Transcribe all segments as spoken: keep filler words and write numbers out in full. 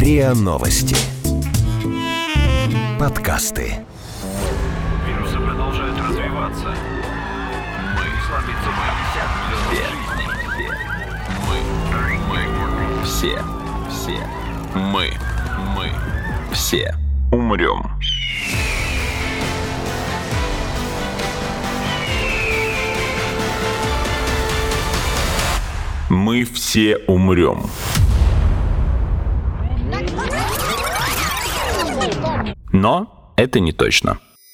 РИА Новости. Подкасты. Вирусы продолжают развиваться. Мы слабится мы. Все. Мы. Мы. Все. Мы. Мы. Все. Умрем. Мы все умрем. Но это не точно.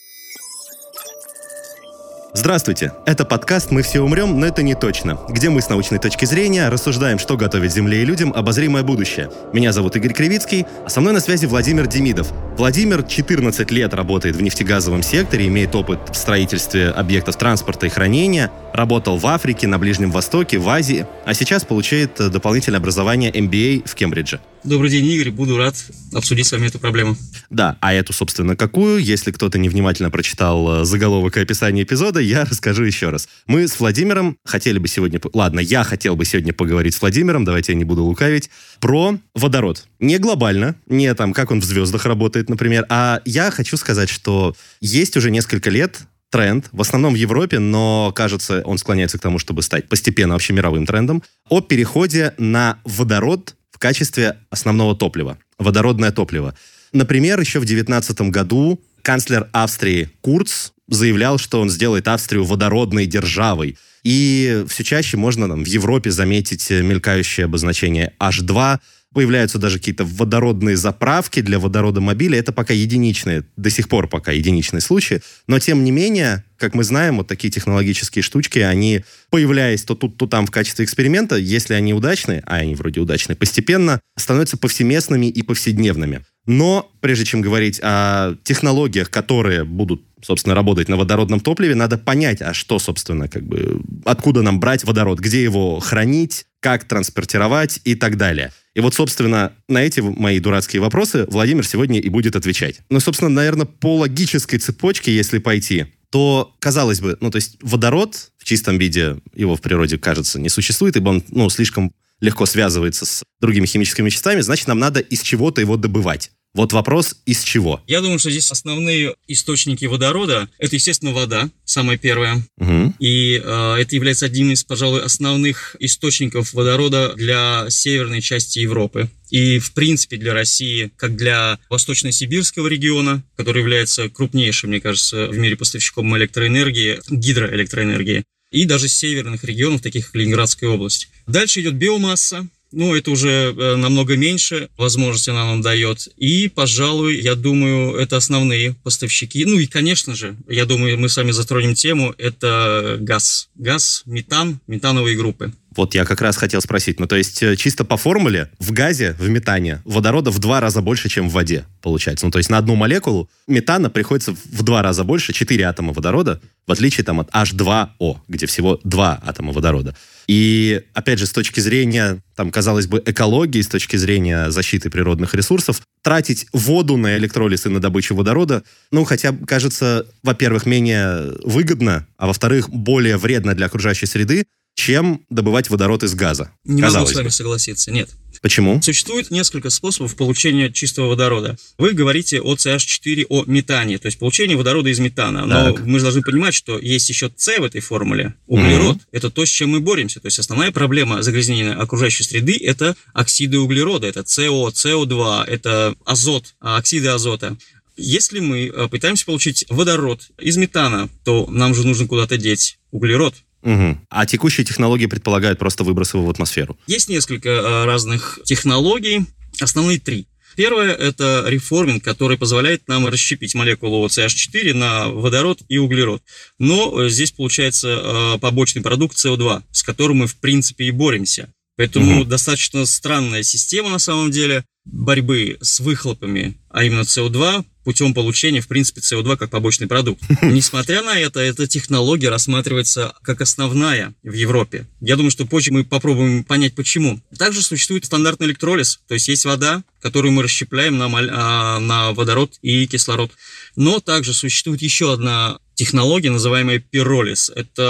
Здравствуйте, это подкаст «Мы все умрем, но это не точно», где мы с научной точки зрения рассуждаем, что готовит Земле и людям обозримое будущее. Меня зовут Игорь Кривицкий, а со мной на связи Владимир Демидов. Владимир четырнадцать лет работает в нефтегазовом секторе, имеет опыт в строительстве объектов транспорта и хранения, работал в Африке, на Ближнем Востоке, в Азии, а сейчас получает дополнительное образование эм би эй в Кембридже. Добрый день, Игорь. Буду рад обсудить с вами эту проблему. Да, а эту, собственно, какую? Если кто-то невнимательно прочитал заголовок и описание эпизода, я расскажу еще раз. Мы с Владимиром хотели бы сегодня... Ладно, я хотел бы сегодня поговорить с Владимиром, давайте я не буду лукавить, про водород. Не глобально, не там, как он в звездах работает, например, а я хочу сказать, что есть уже несколько лет тренд, в основном в Европе, но, кажется, он склоняется к тому, чтобы стать постепенно общемировым трендом, о переходе на водород в качестве основного топлива, водородное топливо. Например, еще в две тысячи девятнадцатом году канцлер Австрии Курц заявлял, что он сделает Австрию водородной державой. И все чаще можно там, в Европе заметить мелькающее обозначение эйч два. Появляются даже какие-то водородные заправки для водородомобиля. Это пока единичные, до сих пор пока единичные случаи. Но, тем не менее, как мы знаем, вот такие технологические штучки, они, появляясь то тут, то там в качестве эксперимента, если они удачные, а они вроде удачные, постепенно становятся повсеместными и повседневными. Но прежде чем говорить о технологиях, которые будут, собственно, работать на водородном топливе, надо понять, а что, собственно, как бы, откуда нам брать водород, где его хранить, как транспортировать и так далее. И вот, собственно, на эти мои дурацкие вопросы Владимир сегодня и будет отвечать. Ну, собственно, наверное, по логической цепочке, если пойти, то, казалось бы, ну, то есть водород в чистом виде, его в природе, кажется, не существует, ибо он, ну, слишком легко связывается с другими химическими веществами, значит, нам надо из чего-то его добывать. Вот вопрос, из чего? Я думаю, что здесь основные источники водорода – это, естественно, вода, самая первая. Угу. И э, это является одним из, пожалуй, основных источников водорода для северной части Европы. И, в принципе, для России, как для восточно-сибирского региона, который является крупнейшим, мне кажется, в мире поставщиком электроэнергии, гидроэлектроэнергии, и даже северных регионов, таких как Ленинградская область. Дальше идет биомасса. Ну, это уже намного меньше возможностей она нам дает. И, пожалуй, я думаю, это основные поставщики. Ну и, конечно же, я думаю, мы с вами затронем тему, это газ. Газ, метан, метановые группы. Вот я как раз хотел спросить. Ну, то есть, чисто по формуле, в газе, в метане, водорода в два раза больше, чем в воде, получается. Ну, то есть, на одну молекулу метана приходится в два раза больше, четыре атома водорода, в отличие там от эйч два о, где всего два атома водорода. И, опять же, с точки зрения, там, казалось бы, экологии, с точки зрения защиты природных ресурсов, тратить воду на электролиз и на добычу водорода, ну, хотя, кажется, во-первых, менее выгодно, а во-вторых, более вредно для окружающей среды, чем добывать водород из газа. Не могу с вами согласиться, нет. Почему? Существует несколько способов получения чистого водорода. Вы говорите о си эйч четыре, о метане, то есть получение водорода из метана. Но так. Мы же должны понимать, что есть еще С в этой формуле. Углерод. Mm-hmm. Это то, с чем мы боремся. То есть основная проблема загрязнения окружающей среды – это оксиды углерода, это СО, эс о два, это азот, оксиды азота. Если мы пытаемся получить водород из метана, то нам же нужно куда-то деть углерод. Угу. А текущие технологии предполагают просто выброс его в атмосферу? Есть несколько э, разных технологий, основные три. Первое – это реформинг, который позволяет нам расщепить молекулу си эйч четыре на водород и углерод. Но здесь получается э, побочный продукт эс о два, с которым мы в принципе и боремся. Поэтому угу. достаточно странная система на самом деле борьбы с выхлопами, а именно эс о два, путем получения, в принципе, эс о два как побочный продукт. Несмотря на это, эта технология рассматривается как основная в Европе. Я думаю, что позже мы попробуем понять, почему. Также существует стандартный электролиз, то есть есть вода, которую мы расщепляем на, на водород и кислород. Но также существует еще одна технология, называемая пиролиз. Это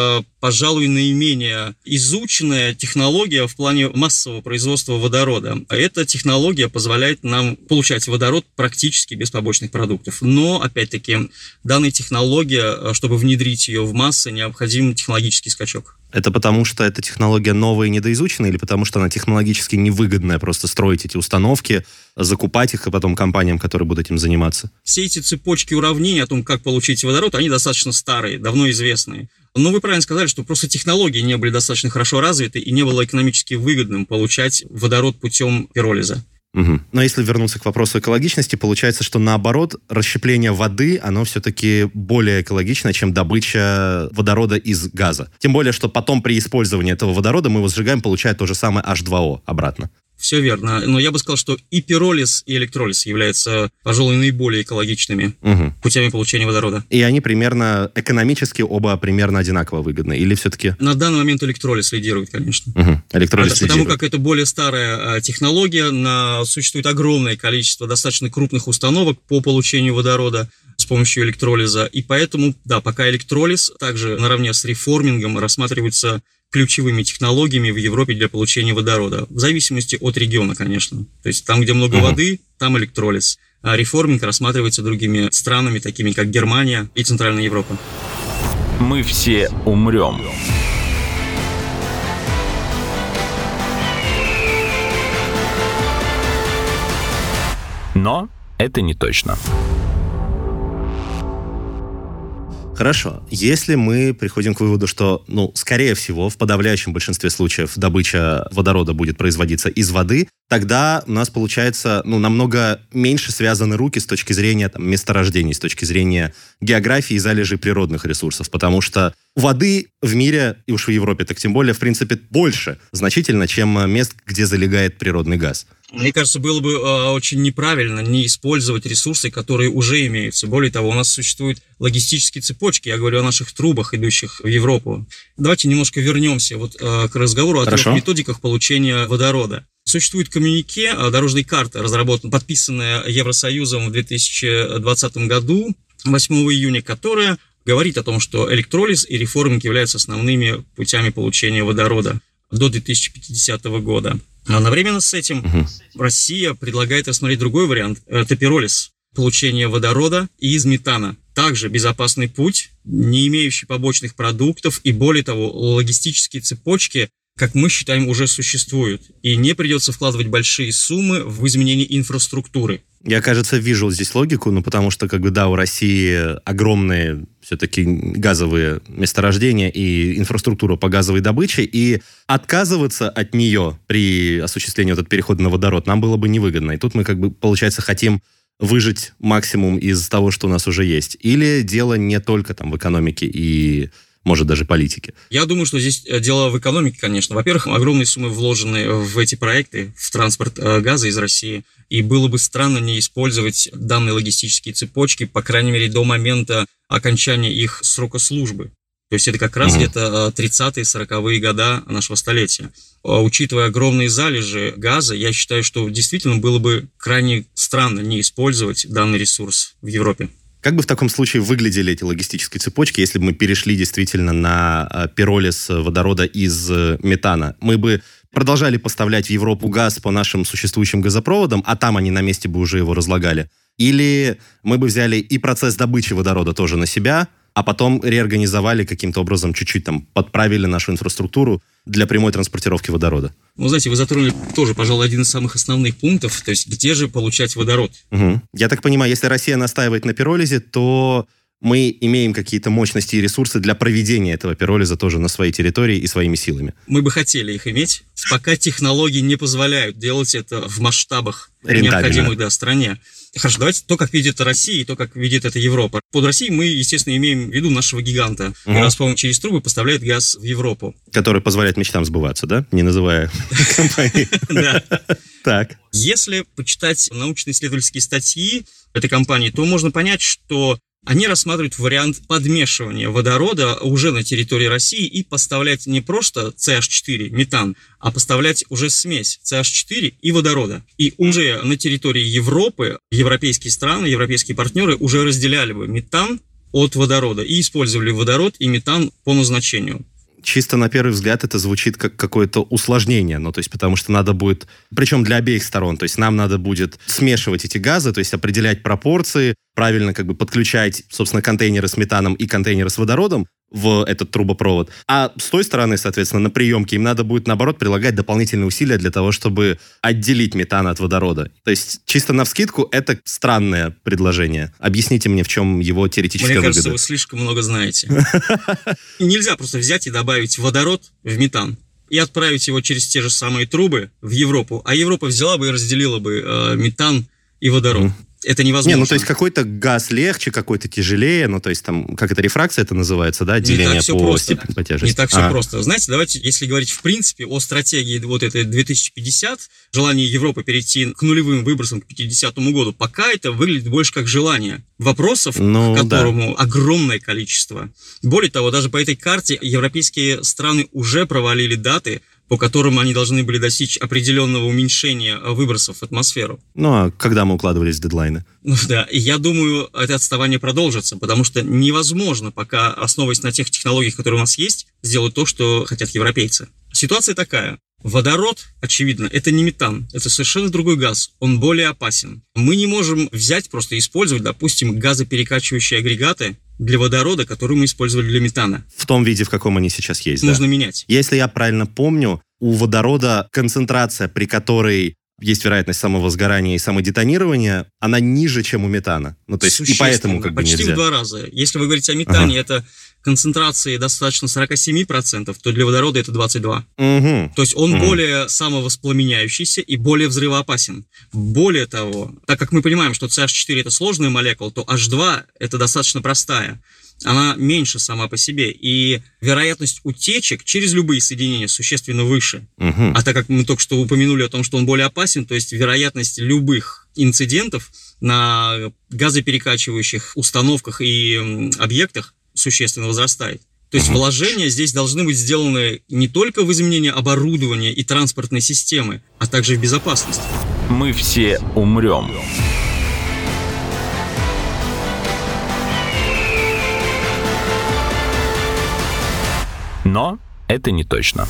пожалуй, наименее изученная технология в плане массового производства водорода. Эта технология позволяет нам получать водород практически без побочных продуктов. Но, опять-таки, данная технология, чтобы внедрить ее в массы, необходим технологический скачок. Это потому, что эта технология новая и недоизученная, или потому, что она технологически невыгодная, просто строить эти установки, закупать их, и потом компаниям, которые будут этим заниматься? Все эти цепочки уравнений о том, как получить водород, они достаточно старые, давно известные. Но вы правильно сказали, что просто технологии не были достаточно хорошо развиты, и не было экономически выгодным получать водород путем пиролиза. Угу. Но если вернуться к вопросу экологичности, получается, что наоборот, расщепление воды, оно все-таки более экологично, чем добыча водорода из газа. Тем более, что потом при использовании этого водорода мы его сжигаем, получая то же самое эйч два о обратно. Все верно. Но я бы сказал, что и пиролиз, и электролиз являются, пожалуй, наиболее экологичными угу. путями получения водорода. И они примерно, экономически оба примерно одинаково выгодны? Или все-таки... На данный момент электролиз лидирует, конечно. Угу. Электролиз а, потому лидирует. как это более старая технология, на... существует огромное количество достаточно крупных установок по получению водорода с помощью электролиза. И поэтому, да, пока электролиз также наравне с реформингом рассматривается ключевыми технологиями в Европе для получения водорода. В зависимости от региона, конечно. То есть там, где много uh-huh. воды, там электролиз. А реформинг рассматривается другими странами, такими как Германия и Центральная Европа. Мы все умрем. Но это не точно. Хорошо. Если мы приходим к выводу, что, ну, скорее всего, в подавляющем большинстве случаев добыча водорода будет производиться из воды, тогда у нас получается, ну, намного меньше связаны руки с точки зрения там, месторождений, с точки зрения географии и залежей природных ресурсов, потому что воды в мире, и уж в Европе так тем более, в принципе, больше значительно, чем мест, где залегает природный газ. Мне кажется, было бы э, очень неправильно не использовать ресурсы, которые уже имеются. Более того, у нас существуют логистические цепочки, я говорю о наших трубах, идущих в Европу. Давайте немножко вернемся вот, э, к разговору о трех методиках получения водорода. Существует коммюнике, дорожная карта, разработанная, подписанная Евросоюзом в две тысячи двадцатом году, восьмого июня, которая говорит о том, что электролиз и реформинг являются основными путями получения водорода до две тысячи пятидесятого года. Одновременно с этим угу. Россия предлагает рассмотреть другой вариант. Это пиролиз. Получение водорода из метана. Также безопасный путь, не имеющий побочных продуктов, и более того, логистические цепочки, как мы считаем, уже существуют. И не придется вкладывать большие суммы в изменение инфраструктуры. Я, кажется, вижу здесь логику, ну, потому что, как бы, да, у России огромные все-таки газовые месторождения и инфраструктура по газовой добыче, и отказываться от нее при осуществлении вот этого перехода на водород нам было бы невыгодно. И тут мы, как бы, получается, хотим выжать максимум из того, что у нас уже есть. Или дело не только там в экономике и, может, даже политике? Я думаю, что здесь дело в экономике, конечно. Во-первых, огромные суммы вложены в эти проекты, в транспорт газа из России. И было бы странно не использовать данные логистические цепочки, по крайней мере, до момента окончания их срока службы. То есть это как раз mm-hmm. где-то тридцатые-сороковые года нашего столетия. Учитывая огромные залежи газа, я считаю, что действительно было бы крайне странно не использовать данный ресурс в Европе. Как бы в таком случае выглядели эти логистические цепочки, если бы мы перешли действительно на пиролиз водорода из метана? Мы бы продолжали поставлять в Европу газ по нашим существующим газопроводам, а там они на месте бы уже его разлагали? Или мы бы взяли и процесс добычи водорода тоже на себя, а потом реорганизовали каким-то образом, чуть-чуть там подправили нашу инфраструктуру для прямой транспортировки водорода? Ну, знаете, вы затронули тоже, пожалуй, один из самых основных пунктов, то есть где же получать водород? Угу. Я так понимаю, если Россия настаивает на пиролизе, то мы имеем какие-то мощности и ресурсы для проведения этого пиролиза тоже на своей территории и своими силами. Мы бы хотели их иметь, пока технологии не позволяют делать это в масштабах, необходимых да, стране. Хорошо, давайте то, как видит Россия, и то, как видит это Европа. Под Россией мы, естественно, имеем в виду нашего гиганта. Угу. «Газпром» через трубы поставляет газ в Европу. Который позволяет мечтам сбываться, да? Не называя компании. Да. Так. Если почитать научно-исследовательские статьи этой компании, то можно понять, что они рассматривают вариант подмешивания водорода уже на территории России и поставлять не просто си эйч четыре, метан, а поставлять уже смесь си эйч четыре и водорода. И уже на территории Европы европейские страны, европейские партнеры уже разделяли бы метан от водорода и использовали водород и метан по назначению. чисто на первый взгляд это звучит как какое-то усложнение, ну, то есть потому что надо будет, причем для обеих сторон, то есть нам надо будет смешивать эти газы, то есть определять пропорции, правильно как бы подключать, собственно, контейнеры с метаном и контейнеры с водородом в этот трубопровод. А с той стороны, соответственно, на приемке им надо будет, наоборот, прилагать дополнительные усилия для того, чтобы отделить метан от водорода. То есть, чисто навскидку, это странное предложение. Объясните мне, в чем его теоретическая выгода. Мне кажется, вы слишком много знаете. Нельзя просто взять и добавить водород в метан и отправить его через те же самые трубы в Европу. А Европа взяла бы и разделила бы э, метан и водород. Это невозможно. Не, ну то есть какой-то газ легче, какой-то тяжелее, ну то есть там, как это, рефракция это называется, да, деление по просто. Степени по тяжести. Не так все а. просто. Знаете, давайте, если говорить в принципе о стратегии вот этой две тысячи пятьдесят, желание Европы перейти к нулевым выбросам к пятидесятому году, пока это выглядит больше как желание. Вопросов, ну, к которому да. огромное количество. Более того, даже по этой карте европейские страны уже провалили даты, по которым они должны были достичь определенного уменьшения выбросов в атмосферу. Ну, а когда мы укладывались в дедлайны? Ну да, и я думаю, это отставание продолжится, потому что невозможно пока, основываясь на тех технологиях, которые у нас есть, сделать то, что хотят европейцы. Ситуация такая. Водород, очевидно, это не метан, это совершенно другой газ, он более опасен. Мы не можем взять, просто использовать, допустим, газоперекачивающие агрегаты для водорода, которые мы использовали для метана. В том виде, в каком они сейчас есть, Нужно да? менять. Если я правильно помню, у водорода концентрация, при которой есть вероятность самовозгорания и самодетонирования, она ниже, чем у метана. Ну, то есть и поэтому как бы почти нельзя. в два раза. Если вы говорите о метане, ага. это концентрации достаточно сорок семь процентов, то для водорода это двадцать два процента. Угу. То есть он угу. более самовоспламеняющийся и более взрывоопасен. Более того, так как мы понимаем, что си эйч четыре это сложная молекула, то эйч два это достаточно простая. Она меньше сама по себе, и вероятность утечек через любые соединения существенно выше. Угу. А так как мы только что упомянули о том, что он более опасен, то есть вероятность любых инцидентов на газоперекачивающих установках и объектах существенно возрастает. То есть вложения здесь должны быть сделаны не только в изменение оборудования и транспортной системы, а также в безопасность. Мы все умрем. Но это не точно.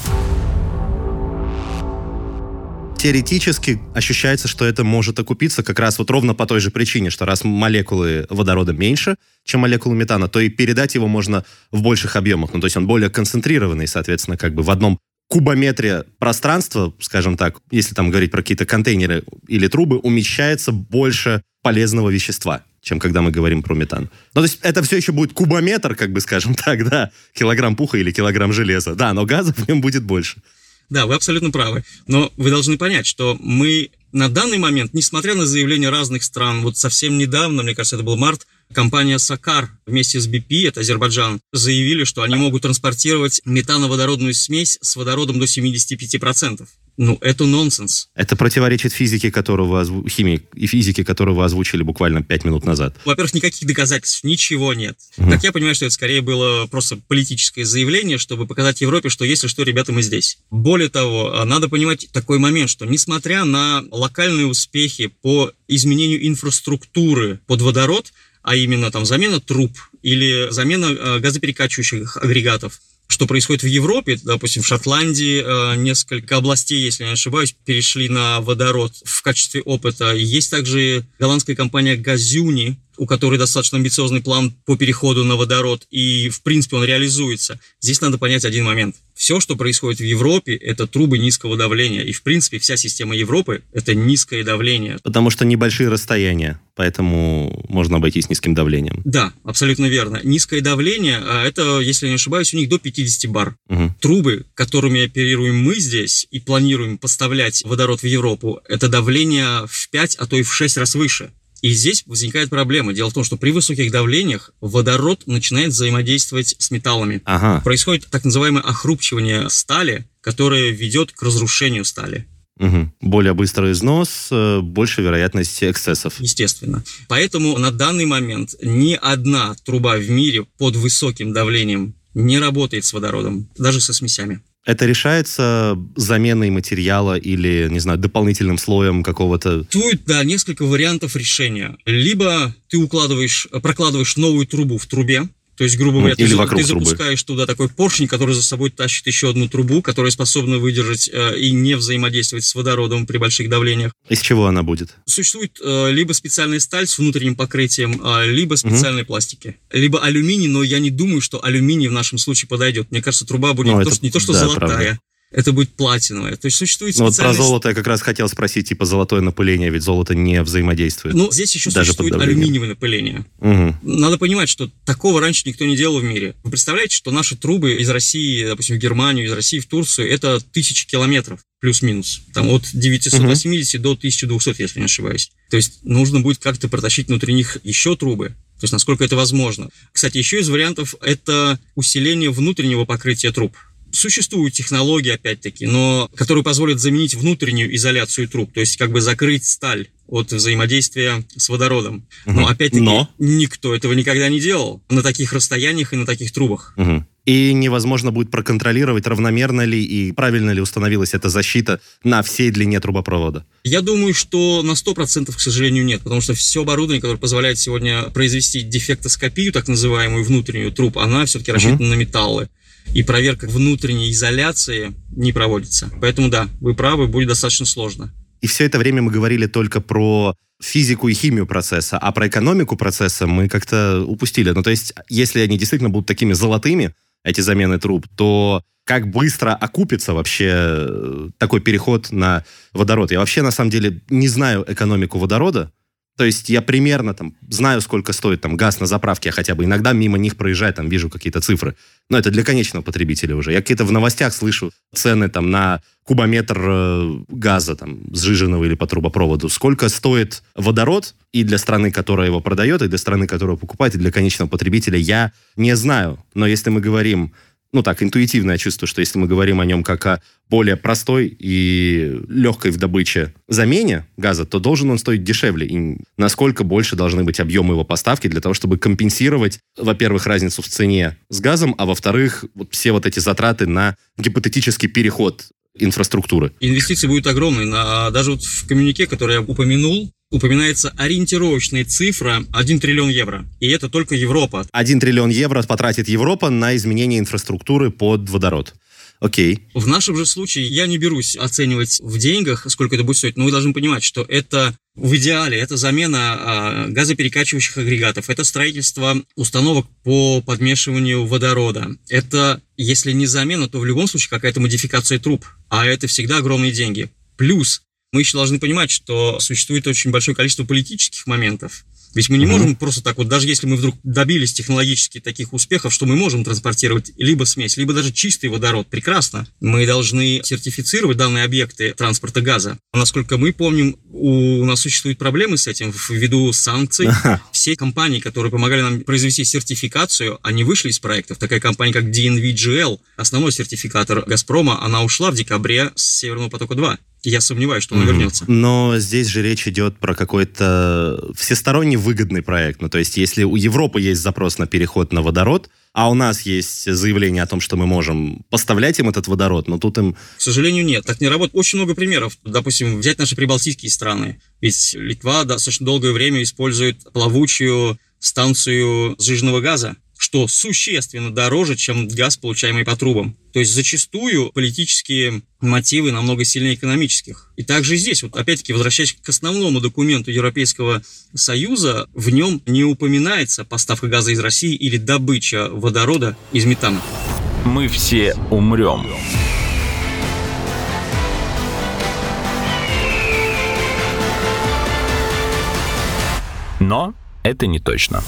Теоретически ощущается, что это может окупиться как раз вот ровно по той же причине, что раз молекулы водорода меньше, чем молекулы метана, то и передать его можно в больших объемах. Ну, то есть он более концентрированный, соответственно, как бы в одном кубометре пространства, скажем так, если там говорить про какие-то контейнеры или трубы, умещается больше полезного вещества, чем когда мы говорим про метан. Ну, то есть это все еще будет кубометр, как бы, скажем так, да, килограмм пуха или килограмм железа, да, но газа в нем будет больше. Да, вы абсолютно правы. Но вы должны понять, что мы на данный момент, несмотря на заявления разных стран, вот совсем недавно, мне кажется, это был март, компания Сакар вместе с би пи, это Азербайджан, заявили, что они могут транспортировать метановодородную смесь с водородом до семьдесят пять процентов. Ну, это нонсенс. Это противоречит физике, которого озву... химии и физике, которую вы озвучили буквально пять минут назад. Во-первых, никаких доказательств, ничего нет. Угу. Как я понимаю, что это скорее было просто политическое заявление, чтобы показать Европе, что если что, ребята, мы здесь. Более того, надо понимать такой момент, что несмотря на локальные успехи по изменению инфраструктуры под водород, а именно там замена труб или замена э, газоперекачивающих агрегатов, что происходит в Европе, допустим, в Шотландии э, несколько областей, если я не ошибаюсь, перешли на водород в качестве опыта. Есть также голландская компания Газюни, у которой достаточно амбициозный план по переходу на водород, и, в принципе, он реализуется. Здесь надо понять один момент. Все, что происходит в Европе, это трубы низкого давления, и, в принципе, вся система Европы – это низкое давление. Потому что небольшие расстояния, поэтому можно обойтись низким давлением. Да, абсолютно верно. Низкое давление – это, если я не ошибаюсь, у них до пятьдесят бар. Угу. Трубы, которыми оперируем мы здесь и планируем поставлять водород в Европу, это давление в пять, а то и в шесть раз выше. И здесь возникает проблема. Дело в том, что при высоких давлениях водород начинает взаимодействовать с металлами. Ага. Происходит так называемое охрупчивание стали, которое ведет к разрушению стали. Угу. Более быстрый износ, больше вероятность эксцессов. Естественно. Поэтому на данный момент ни одна труба в мире под высоким давлением не работает с водородом, даже со смесями. Это решается заменой материала или, не знаю, дополнительным слоем какого-то... Существует, да, несколько вариантов решения. Либо ты укладываешь, прокладываешь новую трубу в трубе, То есть, грубо говоря, Или ты, вокруг ты запускаешь трубы. туда такой поршень, который за собой тащит еще одну трубу, которая способна выдержать э, и не взаимодействовать с водородом при больших давлениях. Из чего она будет? Существует э, либо специальная сталь с внутренним покрытием, э, либо специальные угу. пластики. Либо алюминий, но я не думаю, что алюминий в нашем случае подойдет. Мне кажется, труба будет ну, не, это, то, не то, что да, золотая. Правда. Это будет платиновая. То есть существует специальность... специальность... Вот про золото я как раз хотел спросить, типа золотое напыление, ведь золото не взаимодействует. Ну, здесь еще даже существует алюминиевое напыление. Угу. Надо понимать, что такого раньше никто не делал в мире. Вы представляете, что наши трубы из России, допустим, в Германию, из России в Турцию, это тысячи километров, плюс-минус. Там от девятисот восьмидесяти угу. до тысячи двухсот, если не ошибаюсь. То есть нужно будет как-то протащить внутри них еще трубы. То есть насколько это возможно. Кстати, еще из вариантов это усиление внутреннего покрытия труб. Существуют технологии, опять-таки, но которые позволят заменить внутреннюю изоляцию труб, то есть как бы закрыть сталь от взаимодействия с водородом. Но, угу. опять-таки, но... никто этого никогда не делал на таких расстояниях и на таких трубах. Угу. И невозможно будет проконтролировать, равномерно ли и правильно ли установилась эта защита на всей длине трубопровода? Я думаю, что на сто процентов, к сожалению, нет, потому что все оборудование, которое позволяет сегодня произвести дефектоскопию, так называемую внутреннюю труб, она все-таки рассчитана угу. на металлы. И проверка внутренней изоляции не проводится. Поэтому да, вы правы, будет достаточно сложно. И все это время мы говорили только про физику и химию процесса, а про экономику процесса мы как-то упустили. Ну, то есть, если они действительно будут такими золотыми, эти замены труб, то как быстро окупится вообще такой переход на водород? Я вообще, на самом деле, не знаю экономику водорода. То есть я примерно там знаю, сколько стоит там газ на заправке, я хотя бы иногда мимо них проезжаю, там вижу какие-то цифры. Но это для конечного потребителя уже. Я какие-то в новостях слышу цены там на кубометр э, газа там сжиженного или по трубопроводу. Сколько стоит водород и для страны, которая его продает, и для страны, которая покупает, и для конечного потребителя, я не знаю. Но если мы говорим... Ну так, интуитивно я чувствую, что если мы говорим о нем как о более простой и легкой в добыче замене газа, то должен он стоить дешевле. И насколько больше должны быть объемы его поставки для того, чтобы компенсировать, во-первых, разницу в цене с газом, а во-вторых, вот все вот эти затраты на гипотетический переход инфраструктуры. Инвестиции будут огромные. На, даже вот в коммюнике, который я упомянул, упоминается ориентировочная цифра один триллион евро. И это только Европа. один триллион евро потратит Европа на изменение инфраструктуры под водород. Окей. В нашем же случае я не берусь оценивать в деньгах, сколько это будет стоить, но вы должны понимать, что это в идеале, это замена а, газоперекачивающих агрегатов, это строительство установок по подмешиванию водорода. Это, если не замена, то в любом случае какая-то модификация труб. А это всегда огромные деньги. Плюс мы еще должны понимать, что существует очень большое количество политических моментов. Ведь мы не mm-hmm. можем просто так вот, даже если мы вдруг добились технологически таких успехов, что мы можем транспортировать либо смесь, либо даже чистый водород, прекрасно. Мы должны сертифицировать данные объекты транспорта газа. Насколько мы помним, у нас существуют проблемы с этим ввиду санкций. Uh-huh. Все компании, которые помогали нам произвести сертификацию, они вышли из проектов. Такая компания, как ди эн ви джи эл, основной сертификатор «Газпрома», она ушла в декабре с «Северного потока-два». Я сомневаюсь, что он mm-hmm. вернется. Но здесь же речь идет про какой-то всесторонне выгодный проект. Ну, то есть, если у Европы есть запрос на переход на водород, а у нас есть заявление о том, что мы можем поставлять им этот водород, но тут им... К сожалению, нет. Так не работает. Очень много примеров. Допустим, взять наши прибалтийские страны. Ведь Литва достаточно долгое время использует плавучую станцию сжиженного газа, что существенно дороже, чем газ, получаемый по трубам. То есть зачастую политические мотивы намного сильнее экономических. И также здесь, вот опять-таки, возвращаясь к основному документу Европейского Союза, в нем не упоминается поставка газа из России или добыча водорода из метана. Мы все умрем. Но это не точно.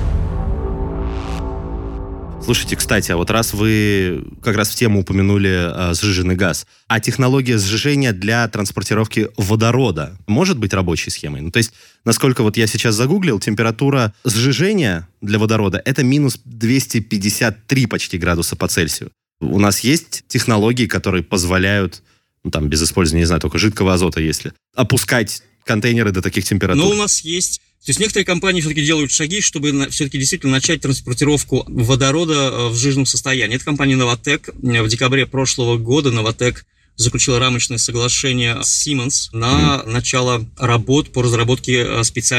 Слушайте, кстати, а вот раз вы как раз в тему упомянули а, сжиженный газ, а технология сжижения для транспортировки водорода может быть рабочей схемой? Ну, то есть, насколько вот я сейчас загуглил, температура сжижения для водорода это минус двести пятьдесят три почти градуса по Цельсию. У нас есть технологии, которые позволяют, ну, там, без использования, не знаю, только жидкого азота, если, опускать контейнеры до таких температур? Но у нас есть... То есть некоторые компании все-таки делают шаги, чтобы все-таки действительно начать транспортировку водорода в сжиженном состоянии. Это компания Novatek. В декабре прошлого года Novatek заключила рамочное соглашение с Siemens на mm. начало работ по разработке специальных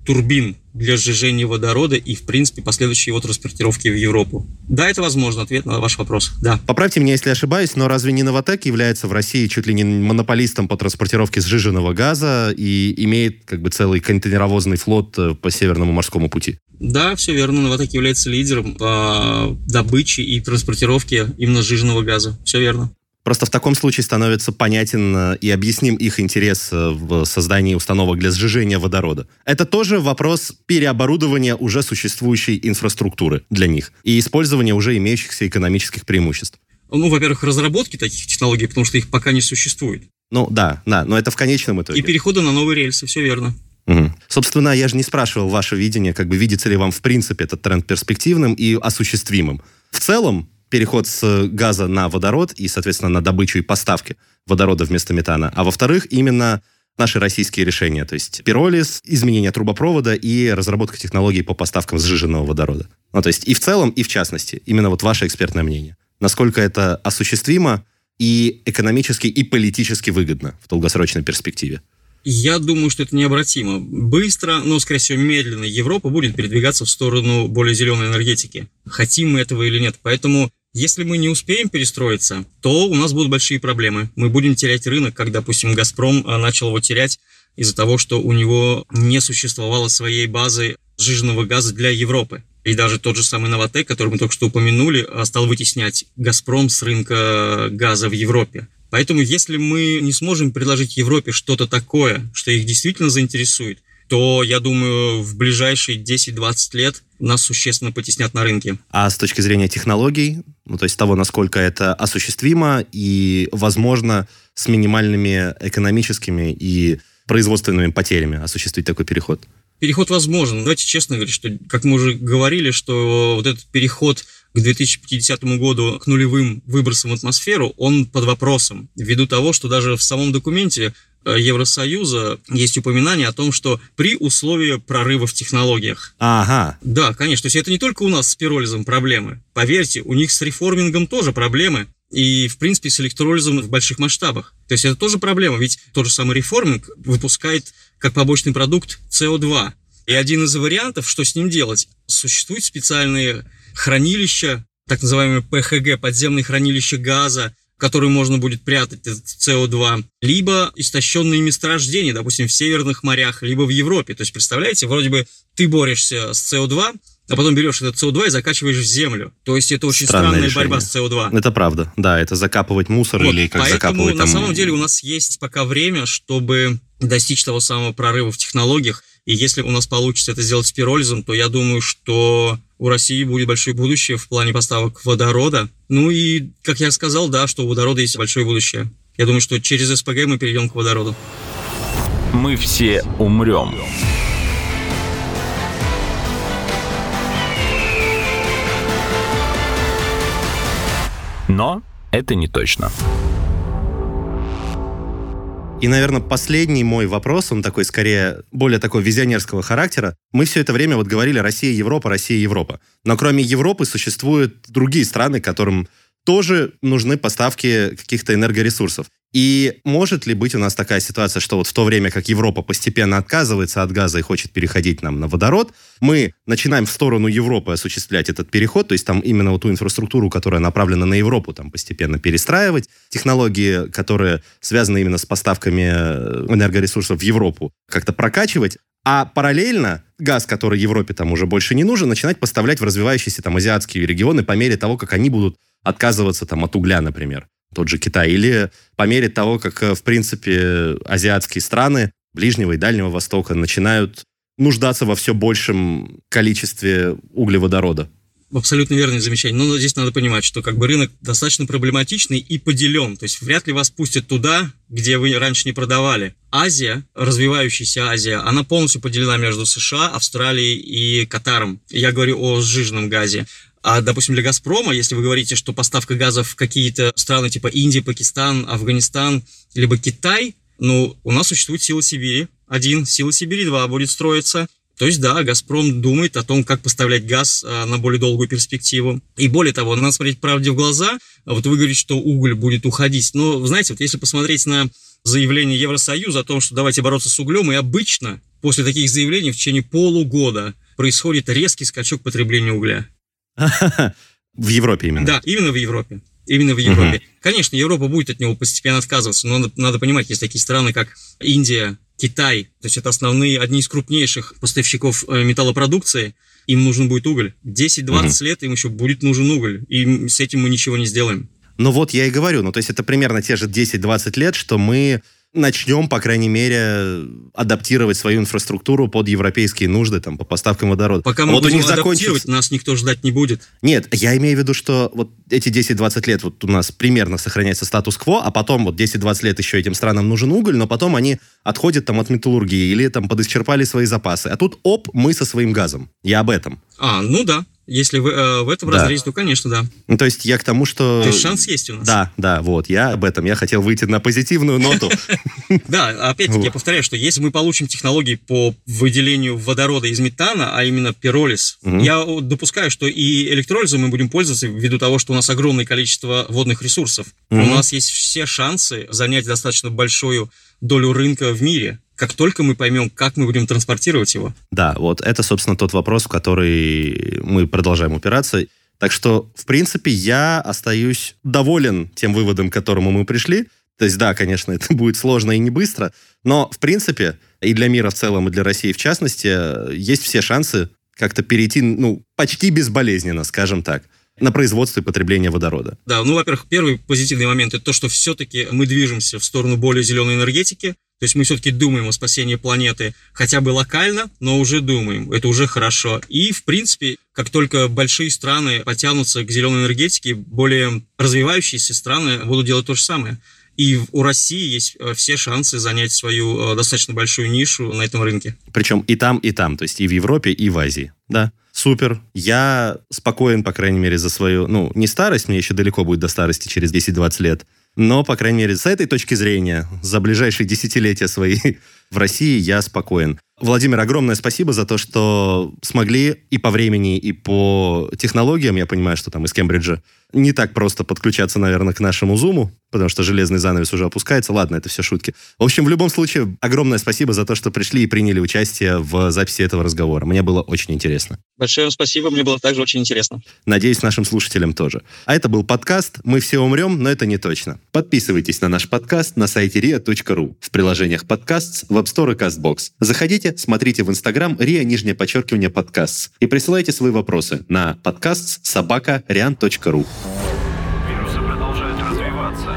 турбин для сжижения водорода и, в принципе, последующей его транспортировки в Европу. Да, это возможно. Ответ на ваш вопрос. Да. Поправьте меня, если ошибаюсь, но разве не Новатэк является в России чуть ли не монополистом по транспортировке сжиженного газа и имеет как бы целый контейнеровозный флот по Северному морскому пути? Да, все верно. Новатэк является лидером по добыче и транспортировке именно сжиженного газа. Все верно. Просто в таком случае становится понятен и объясним их интерес в создании установок для сжижения водорода. Это тоже вопрос переоборудования уже существующей инфраструктуры для них и использования уже имеющихся экономических преимуществ. Ну, во-первых, разработки таких технологий, потому что их пока не существует. Ну, да, да, но это в конечном итоге. И перехода на новые рельсы, все верно. Угу. Собственно, я же не спрашивал ваше видение, как бы видится ли вам в принципе этот тренд перспективным и осуществимым. В целом, переход с газа на водород и, соответственно, на добычу и поставки водорода вместо метана. А во-вторых, именно наши российские решения, то есть пиролиз, изменение трубопровода и разработка технологий по поставкам сжиженного водорода. Ну, то есть и в целом, и в частности. Именно вот ваше экспертное мнение. Насколько это осуществимо и экономически, и политически выгодно в долгосрочной перспективе? Я думаю, что это необратимо. Быстро, но, скорее всего, медленно Европа будет передвигаться в сторону более зеленой энергетики. Хотим мы этого или нет. Поэтому, если мы не успеем перестроиться, то у нас будут большие проблемы. Мы будем терять рынок, как, допустим, «Газпром» начал его терять из-за того, что у него не существовало своей базы сжиженного газа для Европы. И даже тот же самый «Новатэк», который мы только что упомянули, стал вытеснять «Газпром» с рынка газа в Европе. Поэтому, если мы не сможем предложить Европе что-то такое, что их действительно заинтересует, то, я думаю, в ближайшие десять-двадцать лет нас существенно потеснят на рынке. А с точки зрения технологий, ну, то есть того, насколько это осуществимо и возможно с минимальными экономическими и производственными потерями осуществить такой переход? Переход возможен. Давайте честно говорить, что, как мы уже говорили, что вот этот переход к две тысячи пятидесятому году, к нулевым выбросам в атмосферу, он под вопросом, ввиду того, что даже в самом документе Евросоюза есть упоминание о том, что при условии прорыва в технологиях. Ага. Да, конечно. То есть это не только у нас с пиролизом проблемы. Поверьте, у них с реформингом тоже проблемы. И, в принципе, с электролизом в больших масштабах. То есть это тоже проблема. Ведь тот же самый реформинг выпускает как побочный продукт си о два. И один из вариантов, что с ним делать, существуют специальные хранилища, так называемые пэ ха гэ, подземные хранилища газа, в которые можно будет прятать этот си о два, либо истощенные месторождения, допустим, в северных морях, либо в Европе. То есть, представляете, вроде бы ты борешься с си о два, а потом берешь этот си о два и закачиваешь в землю. То есть это очень Странное странная решение. борьба с си о два. Это правда. Да, это закапывать мусор Вот, или как поэтому, закапывать на там... самом деле, у нас есть пока время, чтобы достичь того самого прорыва в технологиях. И если у нас получится это сделать с пиролизом, то я думаю, что у России будет большое будущее в плане поставок водорода. Ну и, как я сказал, да, что у водорода есть большое будущее. Я думаю, что через эс пэ гэ мы перейдем к водороду. Мы все умрем. Но это не точно. И, наверное, последний мой вопрос, он такой, скорее, более такой визионерского характера. Мы все это время вот говорили Россия, Европа, Россия, Европа. Но кроме Европы существуют другие страны, которым тоже нужны поставки каких-то энергоресурсов. И может ли быть у нас такая ситуация, что вот в то время, как Европа постепенно отказывается от газа и хочет переходить нам на водород, мы начинаем в сторону Европы осуществлять этот переход, то есть там именно вот ту инфраструктуру, которая направлена на Европу, там постепенно перестраивать, технологии, которые связаны именно с поставками энергоресурсов в Европу, как-то прокачивать, а параллельно газ, который Европе там уже больше не нужен, начинать поставлять в развивающиеся там азиатские регионы по мере того, как они будут отказываться там от угля, например. Тот же Китай, или по мере того, как, в принципе, азиатские страны Ближнего и Дальнего Востока начинают нуждаться во все большем количестве углеводорода. Абсолютно верное замечание. Но здесь надо понимать, что как бы рынок достаточно проблематичный и поделен. То есть вряд ли вас пустят туда, где вы раньше не продавали. Азия, развивающаяся Азия, она полностью поделена между США, Австралией и Катаром. Я говорю о сжиженном газе. А, допустим, для «Газпрома», если вы говорите, что поставка газа в какие-то страны типа Индия, Пакистан, Афганистан, либо Китай, ну, у нас существует «Сила Сибири один», «Сила Сибири два» будет строиться. То есть, да, «Газпром» думает о том, как поставлять газ а, на более долгую перспективу. И более того, надо смотреть правде в глаза. Вот вы говорите, что уголь будет уходить. Но, знаете, вот если посмотреть на заявление Евросоюза о том, что давайте бороться с углем, и обычно после таких заявлений в течение полугода происходит резкий скачок потребления угля. В Европе именно? Да, именно в Европе. Именно в Европе. Угу. Конечно, Европа будет от него постепенно отказываться, но надо, надо понимать, есть такие страны, как Индия, Китай, то есть это основные, одни из крупнейших поставщиков металлопродукции, им нужен будет уголь. десять-двадцать угу. лет им еще будет нужен уголь, и с этим мы ничего не сделаем. Ну вот я и говорю, ну то есть это примерно те же десять-двадцать лет, что мы начнем, по крайней мере, адаптировать свою инфраструктуру под европейские нужды, там, по поставкам водорода. Пока мы вот будем у них адаптировать, закончится... нас никто ждать не будет. Нет, я имею в виду, что вот эти десять-двадцать лет вот у нас примерно сохраняется статус-кво, а потом вот десять-двадцать лет еще этим странам нужен уголь, но потом они отходят там от металлургии или там подисчерпали свои запасы. А тут, оп, мы со своим газом. Я об этом. А, ну да. Если в, э, в этом да. разрезе, то, конечно, да. Ну, то есть я к тому, что... То есть шанс есть у нас. Да, да, вот, я об этом. Я хотел выйти на позитивную ноту. Да, опять-таки я повторяю, что если мы получим технологии по выделению водорода из метана, а именно пиролиз, я допускаю, что и электролизом мы будем пользоваться ввиду того, что у нас огромное количество водных ресурсов. У нас есть все шансы занять достаточно большую долю рынка в мире, как только мы поймем, как мы будем транспортировать его. Да, вот это, собственно, тот вопрос, в который мы продолжаем упираться. Так что, в принципе, я остаюсь доволен тем выводом, к которому мы пришли. То есть, да, конечно, это будет сложно и не быстро, но, в принципе, и для мира в целом, и для России в частности, есть все шансы как-то перейти, ну, почти безболезненно, скажем так, на производство и потребление водорода. Да, ну, во-первых, первый позитивный момент – это то, что все-таки мы движемся в сторону более зеленой энергетики. То есть мы все-таки думаем о спасении планеты хотя бы локально, но уже думаем. Это уже хорошо. И, в принципе, как только большие страны потянутся к зеленой энергетике, более развивающиеся страны будут делать то же самое. И у России есть все шансы занять свою достаточно большую нишу на этом рынке. Причем и там, и там. То есть и в Европе, и в Азии. Да. Супер. Я спокоен, по крайней мере, за свою... Ну, не старость, мне еще далеко будет до старости через десять-двадцать лет. Но, по крайней мере, с этой точки зрения, за ближайшие десятилетия свои в России я спокоен. Владимир, огромное спасибо за то, что смогли и по времени, и по технологиям, я понимаю, что там из Кембриджа, не так просто подключаться, наверное, к нашему зуму, потому что железный занавес уже опускается. Ладно, это все шутки. В общем, в любом случае, огромное спасибо за то, что пришли и приняли участие в записи этого разговора. Мне было очень интересно. Большое вам спасибо, мне было также очень интересно. Надеюсь, нашим слушателям тоже. А это был подкаст «Мы все умрем, но это не точно». Подписывайтесь на наш подкаст на сайте риа точка ру, в приложениях подкастс, в App Store и CastBox. Заходите, смотрите в Instagram риа, нижнее подчеркивание, подкастс и присылайте свои вопросы на подкастс собака риан точка ру. Вирусы продолжают развиваться.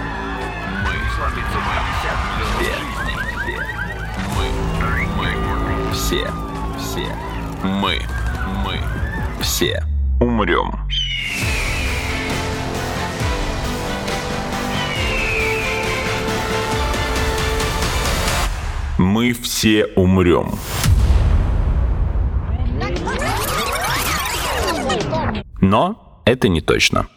Мы слабится мы. Все. Мы. Мы. Все. Все. Мы. Мы. Все. Умрем. Мы все умрем. Но это не точно.